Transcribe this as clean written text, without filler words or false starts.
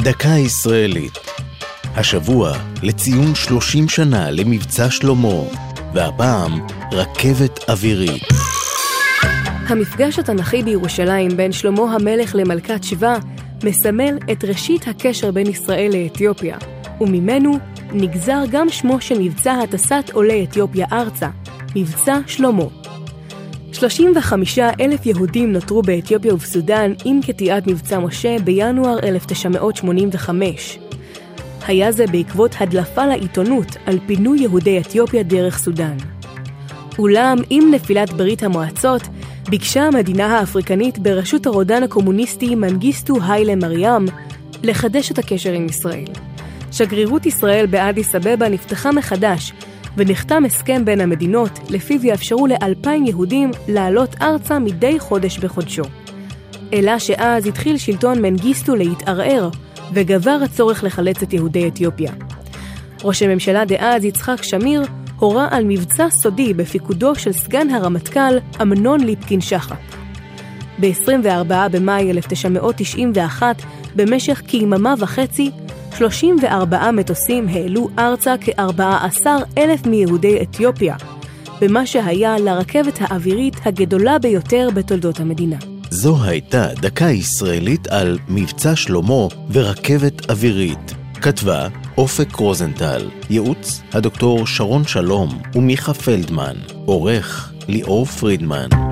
דקה ישראלית. השבוע לציון 30 שנה למבצע שלמה, והפעם רכבת אווירית. המפגש התנ"כי בירושלים בין שלמה המלך למלכת שבא מסמל את ראשית הקשר בין ישראל לאתיופיה, וממנו נגזר גם שמו של מבצע הטסת עולי אתיופיה ארצה, מבצע שלמה. 35,000 יהודים נותרו באתיופיה ובסודן עם קטיעת מבצע משה בינואר 1985. היה זה בעקבות הדלפה לעיתונות על פינוי יהודי אתיופיה דרך סודן. אולם עם נפילת ברית המועצות, ביקשה המדינה האפריקנית בראשות הרודן הקומוניסטי מנגיסטו היילה מריאם לחדש את הקשר עם ישראל. שגרירות ישראל באדיס אבבה נפתחה מחדש, ונחתם הסכם בין המדינות לפיו יאפשרו ל2,000 יהודים לעלות ארצה מדי חודש בחודשו. אלא שאז התחיל שלטון מנגיסטו להתערער, וגבר הצורך לחלץ את יהודי אתיופיה. ראש הממשלה דאז יצחק שמיר הורה על מבצע סודי בפיקודו של סגן הרמטכ"ל אמנון ליפקין שחק. ב-24 במאי 1991, במשך כיממה וחצי, 34 מטוסים העלו ארצה כ14,000 מיהודי אתיופיה, במה שהיה לרכבת האווירית הגדולה ביותר בתולדות המדינה. זו הייתה דקה ישראלית על מבצע שלמה ורכבת אווירית. כתבה אופק רוזנטל, ייעוץ הדוקטור שרון שלום ומיכה פלדמן, עורך ליאור פרידמן.